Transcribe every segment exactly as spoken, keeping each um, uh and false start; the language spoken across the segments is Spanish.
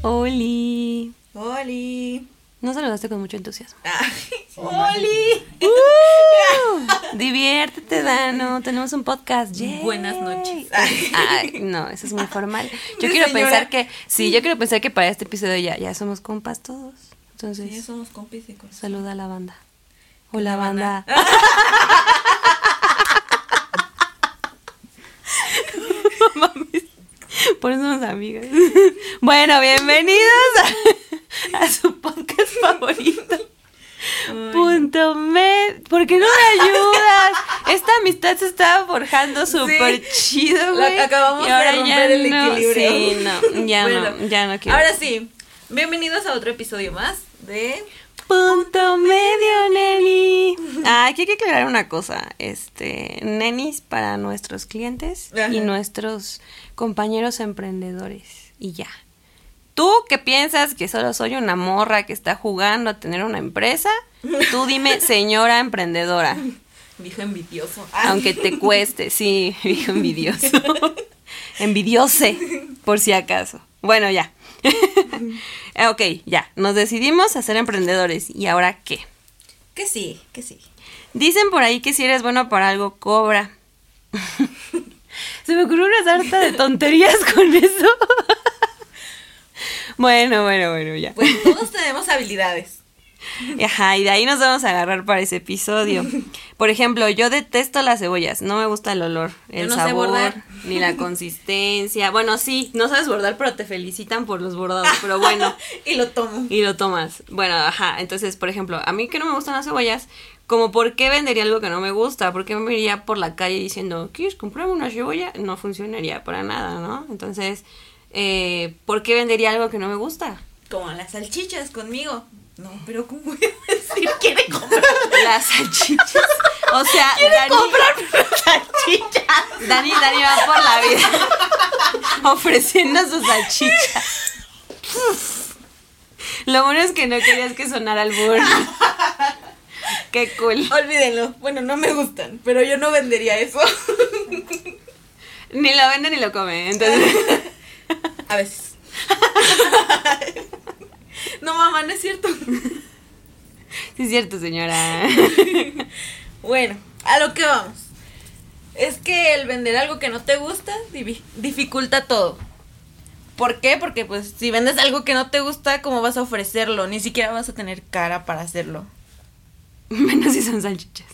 Oli. Oli. No saludaste con mucho entusiasmo. Oli. Uh, diviértete, Dano. Tenemos un podcast. Yay. Buenas noches. Ay, no, eso es muy formal. Yo De quiero señora. pensar que, sí, yo quiero pensar que para este episodio ya, ya somos compas todos. Entonces, Sí, somos compis de corazón. saluda a la banda. Hola, banda. Mames. Por eso somos amigas. Bueno, bienvenidos a, a su podcast favorito. Ay, Punto med. ¿Por qué no me ayudas? Esta amistad se estaba forjando súper chido, La- güey. acabamos Y ahora de ya romper el no, equilibrio. Sí, no, ya Bueno, no, ya no quiero. Ahora sí, bienvenidos a otro episodio más de... Punto medio, neni. Ah, aquí hay que aclarar una cosa. Este, nenis para nuestros clientes Ajá. y nuestros compañeros emprendedores. Y ya. Tú que piensas que solo soy una morra que está jugando a tener una empresa, tú dime señora emprendedora. Viejo envidioso. Aunque te cueste, sí, viejo envidioso. Envidiose, por si acaso. Bueno, ya. Ok, ya. Nos decidimos a ser emprendedores. ¿Y ahora qué? Que sí, que sí. Dicen por ahí que si eres bueno para algo, cobra. Se me ocurrió una sarta de tonterías con eso. Bueno, bueno, bueno, ya. Pues todos tenemos habilidades. Ajá, y de ahí nos vamos a agarrar para ese episodio. Por ejemplo, yo detesto las cebollas, no me gusta el olor, el Yo no sé sabor, bordar. ni la consistencia. Bueno, sí, no sabes bordar, pero te felicitan por los bordados, pero bueno, Y lo tomo. y lo tomas. Bueno, ajá, entonces, por ejemplo, a mí que no me gustan las cebollas, como por qué vendería algo que no me gusta, por qué me iría por la calle diciendo, ¿quieres comprarme una cebolla? No funcionaría para nada, ¿no? Entonces, eh, ¿por qué vendería algo que no me gusta? Como las salchichas conmigo. No, pero ¿cómo voy a decir quiere comprar? Las salchichas. O sea, ¿Quiere Dani, comprar salchichas? Dani, Dani va por la vida ofreciendo sus salchichas. Lo bueno es que no querías que sonara al burro. Qué cool. Olvídenlo. Bueno, no me gustan, pero yo no vendería eso. Ni lo vende ni lo come. Entonces, A veces. No, mamá, no es cierto. sí es cierto, señora. Bueno, a lo que vamos. Es que el vender algo que no te gusta divi- dificulta todo. ¿Por qué? Porque pues si vendes algo que no te gusta, ¿cómo vas a ofrecerlo? Ni siquiera vas a tener cara para hacerlo. Menos si son salchichas.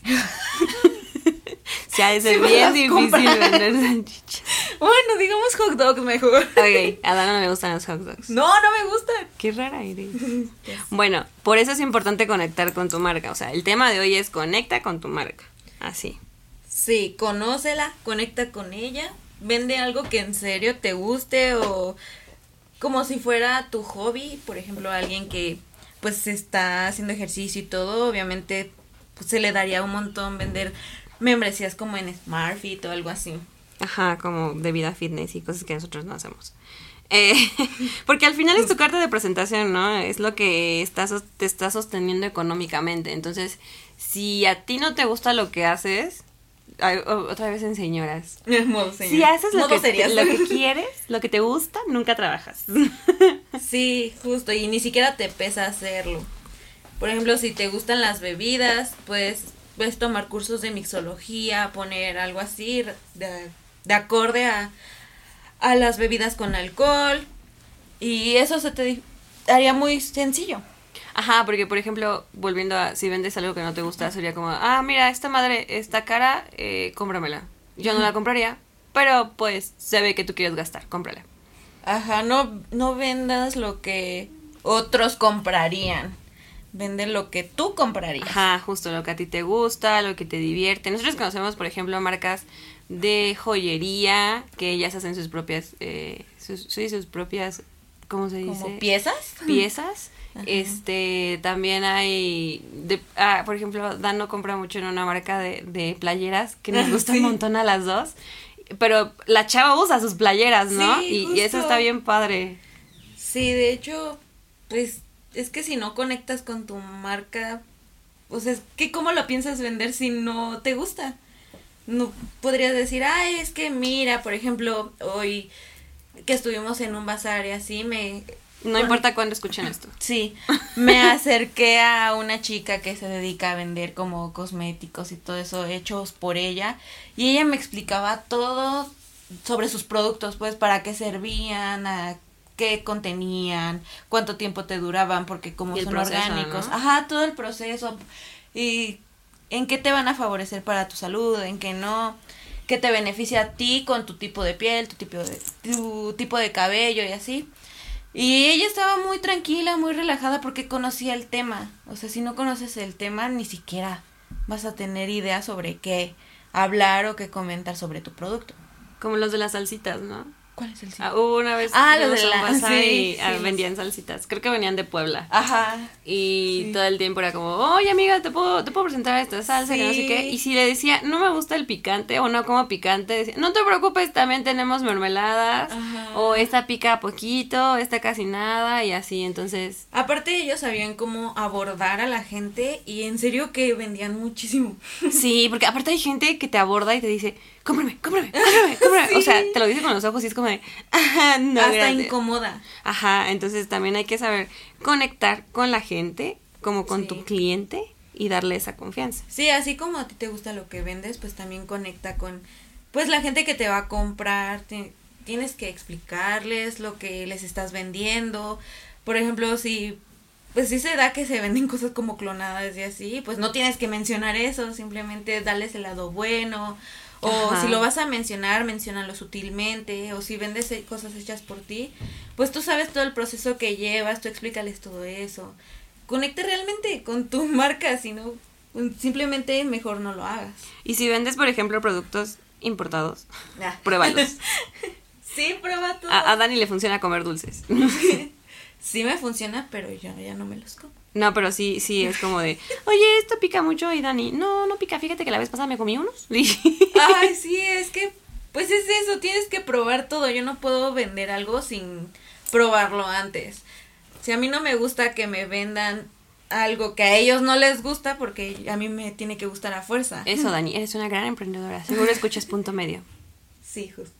O sea, es Sí me bien las difícil compran. vender salchichas. Bueno, digamos hot dogs mejor. Ok, a Dana no me gustan los hot dogs. No, no me gustan. Qué rara eres. Bueno, por eso es importante conectar con tu marca. O sea, el tema de hoy es conecta con tu marca. Así. Sí, conócela, conecta con ella, vende algo que en serio te guste o como si fuera tu hobby, por ejemplo, alguien que pues está haciendo ejercicio y todo, obviamente pues, se le daría un montón vender membresías como en SmartFit o algo así. Ajá, como de vida fitness y cosas que nosotros no hacemos. Eh, porque al final es tu carta de presentación, ¿no? Es lo que está, sos- te está sosteniendo económicamente. Entonces, si a ti no te gusta lo que haces, ay, o- otra vez en señoras. Modo señor. Si haces lo Modo que, serias. lo que quieres, lo que te gusta, nunca trabajas. Sí, justo, y ni siquiera te pesa hacerlo. Por ejemplo, si te gustan las bebidas, pues puedes tomar cursos de mixología, poner algo así de, de acorde a, a las bebidas con alcohol. Y eso se te di- haría muy sencillo. Ajá, porque por ejemplo, volviendo a si vendes algo que no te gusta, sería como, ah, mira, esta madre está cara, eh, cómpramela. Yo no la compraría, pero pues se ve que tú quieres gastar, cómprala. Ajá, no, no vendas lo que otros comprarían. Vende lo que tú comprarías. Ajá, justo lo que a ti te gusta, lo que te divierte. Nosotros conocemos, por ejemplo, marcas de joyería que ellas hacen sus propias, eh, sus, sí, sus propias, ¿cómo se dice? ¿Como piezas? Piezas. Ajá. Este, también hay, de, ah, por ejemplo, Dan no compra mucho en una marca de, de playeras que nos Ah, gusta sí. un montón a las dos. Pero la chava usa sus playeras, ¿no? Sí, y, y eso justo. está bien padre. Sí, de hecho, pues es que si no conectas con tu marca, pues es que ¿cómo lo piensas vender si no te gusta? No podrías decir, ay, es que mira, por ejemplo, hoy que estuvimos en un bazar y así, me No importa cuándo escuchen esto. Sí, me acerqué a una chica que se dedica a vender como cosméticos y todo eso hechos por ella, y ella me explicaba todo sobre sus productos, pues para qué servían, a qué contenían, cuánto tiempo te duraban, porque como son proceso, orgánicos, ¿no? Ajá, todo el proceso, y en qué te van a favorecer para tu salud, en qué no, qué te beneficia a ti con tu tipo de piel, tu tipo de, tu tipo de cabello y así. Y ella estaba muy tranquila, muy relajada porque conocía el tema. O sea, si no conoces el tema, ni siquiera vas a tener idea sobre qué hablar o qué comentar sobre tu producto. Como los de las salsitas, ¿no? ¿Cuál es el Ah, una vez ah, los de la sí, y sí, ah, sí, vendían salsitas. Creo que venían de Puebla. Ajá. Y sí. todo el tiempo era como, oye amiga, te puedo, te puedo presentar esta salsa, sí. que no sé qué. Y si le decía, no me gusta el picante o no como picante, decía, no te preocupes, también tenemos mermeladas. Ajá. O esta pica poquito, esta casi nada, y así, entonces. Aparte ellos sabían cómo abordar a la gente y en serio que vendían muchísimo. Sí, porque aparte hay gente que te aborda y te dice, cómprame, cómprame, cómprame, cómprame. Sí. O sea, te lo dice con los ojos y es como de, ajá, no, hasta gracias. Incomoda. Ajá, entonces también hay que saber conectar con la gente, como con sí. tu cliente, y darle esa confianza. Sí, así como a ti te gusta lo que vendes, pues también conecta con, pues la gente que te va a comprar, te, tienes que explicarles lo que les estás vendiendo. Por ejemplo, si, pues sí se da que se venden cosas como clonadas y así, pues no tienes que mencionar eso, simplemente darles el lado bueno. O Ajá. si lo vas a mencionar, menciónalo sutilmente. O si vendes cosas hechas por ti, pues tú sabes todo el proceso que llevas, tú explícales todo eso. Conecta realmente con tu marca, si no, simplemente mejor no lo hagas. Y si vendes, por ejemplo, productos importados, ah. pruébalos. Sí, prueba todo. A, a Dani le funciona comer dulces. Sí me funciona, pero yo ya no me los como. No, pero sí, sí, es como de, oye, esto pica mucho, y Dani, no, no pica, fíjate que la vez pasada me comí unos. Ay, sí, es que, pues es eso, tienes que probar todo, yo no puedo vender algo sin probarlo antes. Si a mí no me gusta que me vendan algo que a ellos no les gusta, porque a mí me tiene que gustar a fuerza. Eso, Dani, eres una gran emprendedora, seguro escuchas Punto Medio. Sí, justo.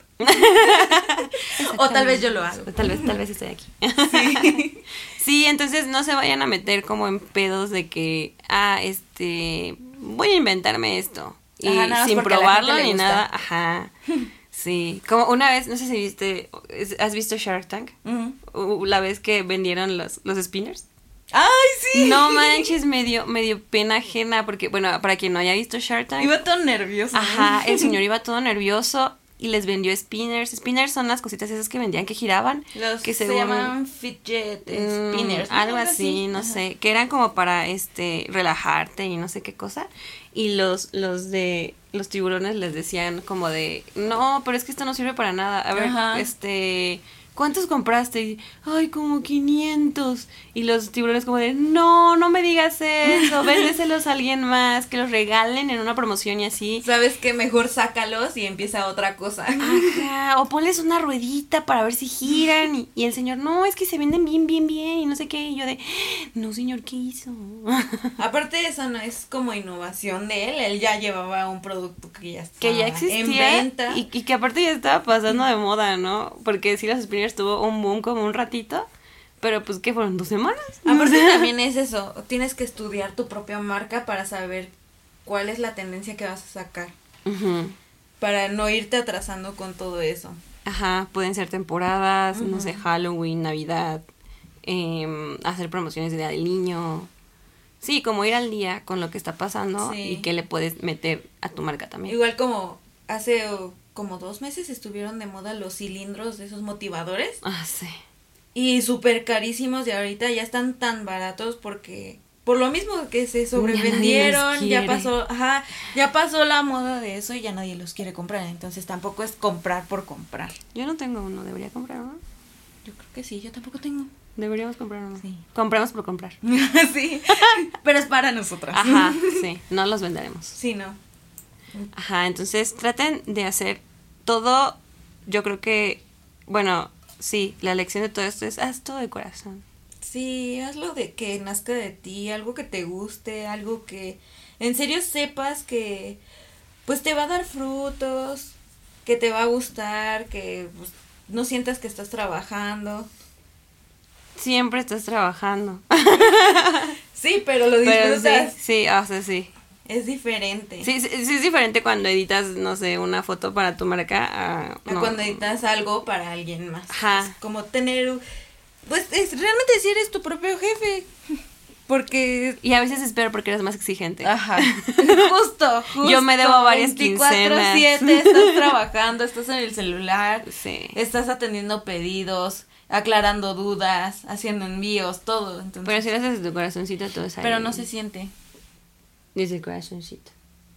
O tal vez yo lo hago. O tal vez, tal vez estoy aquí. Sí. Sí, entonces no se vayan a meter como en pedos de que, ah, este, voy a inventarme esto. Y ajá, sin probarlo ni nada. Ajá. Sí. Como una vez, no sé si viste, ¿has visto Shark Tank? Uh-huh. La vez que vendieron los, los spinners. ¡Ay, sí! No manches, me dio, me dio pena ajena porque, bueno, para quien no haya visto Shark Tank. Iba todo nervioso. Ajá, el señor iba todo nervioso. Y les vendió spinners. Spinners son las cositas esas que vendían que giraban. Los que se según, llaman fidget spinners. Mmm, algo así, así, no Ajá. sé. Que eran como para este relajarte y no sé qué cosa. Y los, los de los tiburones les decían como de, no, pero es que esto no sirve para nada. A ver, Ajá. este... ¿cuántos compraste? Y, ay, como quinientos. Y los tiburones como de, no, no me digas eso, véndeselos a alguien más, que los regalen en una promoción y así. ¿Sabes qué? Mejor sácalos y empieza otra cosa. Ajá, o ponles una ruedita para ver si giran. Y, y el señor, no, es que se venden bien, bien, bien y no sé qué. Y yo de, no, señor, ¿qué hizo? Aparte eso no es como innovación de él, él ya llevaba un producto que ya estaba que ya existía en venta. Y, y que aparte ya estaba pasando de moda, ¿no? Porque sí, los spinners tuvo un boom como un ratito, pero pues ¿qué fueron? ¿Dos semanas? Aparte también es eso, tienes que estudiar tu propia marca para saber cuál es la tendencia que vas a sacar, uh-huh. para no irte atrasando con todo eso. Ajá, pueden ser temporadas, uh-huh. no sé, Halloween, Navidad, eh, hacer promociones de Día del Niño. Sí, como ir al día con lo que está pasando sí. y que le puedes meter a tu marca también. Igual como hace como dos meses estuvieron de moda los cilindros de esos motivadores. Ah, sí. Y súper carísimos y ahorita ya están tan baratos porque por lo mismo que se sobrevendieron, ya, ya pasó, ajá, ya pasó la moda de eso y ya nadie los quiere comprar, entonces tampoco es comprar por comprar. Yo no tengo uno, ¿debería comprar uno? Yo creo que sí, yo tampoco tengo. Deberíamos comprar uno. Sí. Compremos por comprar. Sí, pero es para nosotras. Ajá, sí, no los venderemos. Sí, no. Ajá, entonces traten de hacer todo, yo creo que, bueno, sí, la lección de todo esto es haz todo de corazón. Sí, hazlo de que nazca de ti, algo que te guste, algo que en serio sepas que pues te va a dar frutos, que te va a gustar, que pues, no sientas que estás trabajando. siempre estás trabajando. Sí, pero lo disfrutas. Pero sí, sí, o sea, sí. Es diferente. Sí, sí, sí es diferente cuando editas, no sé, una foto para tu marca a... A no. cuando editas algo para alguien más. Ajá. Es como tener... Pues es realmente si eres tu propio jefe. Porque... Y a veces espero porque eres más exigente. Ajá. Justo, justo. Yo me debo varias veinticuatro quincenas. siete estás trabajando, estás en el celular. Sí. Estás atendiendo pedidos, aclarando dudas, haciendo envíos, todo. Entonces, Pero si lo haces de tu corazoncito, todo es ahí. pero no se siente. Dice el corazoncito.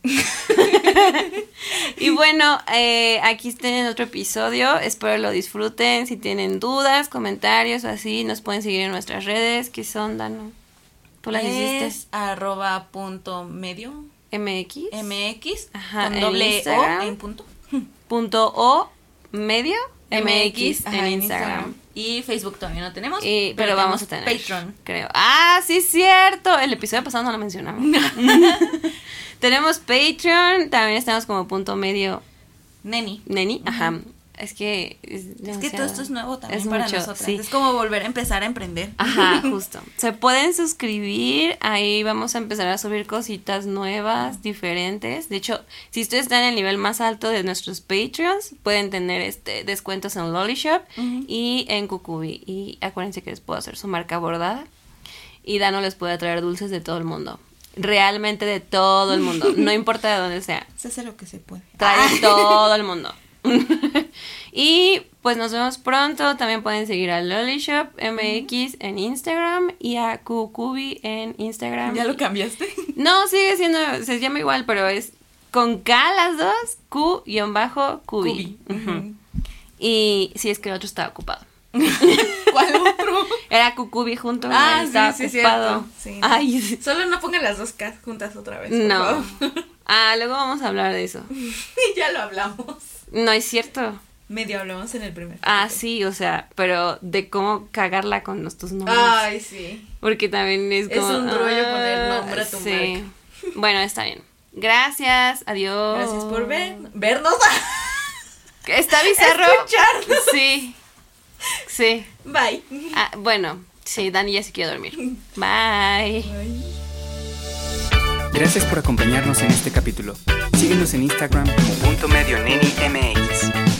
Y bueno, eh, aquí tienen otro episodio. Espero lo disfruten. Si tienen dudas, comentarios o así, nos pueden seguir en nuestras redes. ¿Qué son, Dano? ¿Tú las hiciste? Es arroba punto medio M X. mx Ajá, con en doble Instagram. o en punto Punto o medio M X ajá, en Instagram. Y Facebook todavía no tenemos. Y- pero, vamos a tener Patreon. creo. Ah, sí es cierto. El episodio pasado no lo mencionamos. Tenemos Patreon. También estamos como punto medio Neni. Neni. Ajá. Es que es, Es que todo esto es nuevo también es para mucho, nosotras. sí. Es como volver a empezar a emprender. Ajá, justo. Se pueden suscribir, ahí vamos a empezar a subir cositas nuevas, diferentes. De hecho, si ustedes están en el nivel más alto de nuestros Patreons, pueden tener este descuentos en Lolly Shop Ujú. y en Cucubi. Y acuérdense que les puedo hacer su marca bordada. Y Dano les puede traer dulces de todo el mundo. Realmente de todo el mundo. No importa de dónde sea. Se hace lo que se puede. Trae todo el mundo. Y pues nos vemos pronto. También pueden seguir a Lolly Shop M X en Instagram y a Cucubi en Instagram. ¿Ya lo cambiaste? No, sigue siendo, se llama igual, pero es con K las dos, Q-Cubi. Cubi. Ujú. Y si es que el otro estaba ocupado. ¿Cuál otro? Era Cucubi junto, Ah, y estaba sí, sí, ocupado. cierto. Sí. Ay, sí. Solo no pongan las dos K juntas otra vez. por No. favor. Ah, luego vamos a hablar de eso. Y ya lo hablamos. No es cierto. Medio hablamos en el primer. Ah, capítulo. sí, o sea, pero de cómo cagarla con nuestros nombres. Ay, sí. Porque también es Es como... un rollo ah, poner nombre a tu sí. Bueno, está bien. Gracias, adiós. Gracias por ver, vernos. Está bizarro. Escucharnos. Sí. Sí. Bye. Ah, bueno, sí, Dani ya se quiere dormir. Bye. Gracias por acompañarnos en este capítulo. Síguenos en Instagram como punto medio neni M X.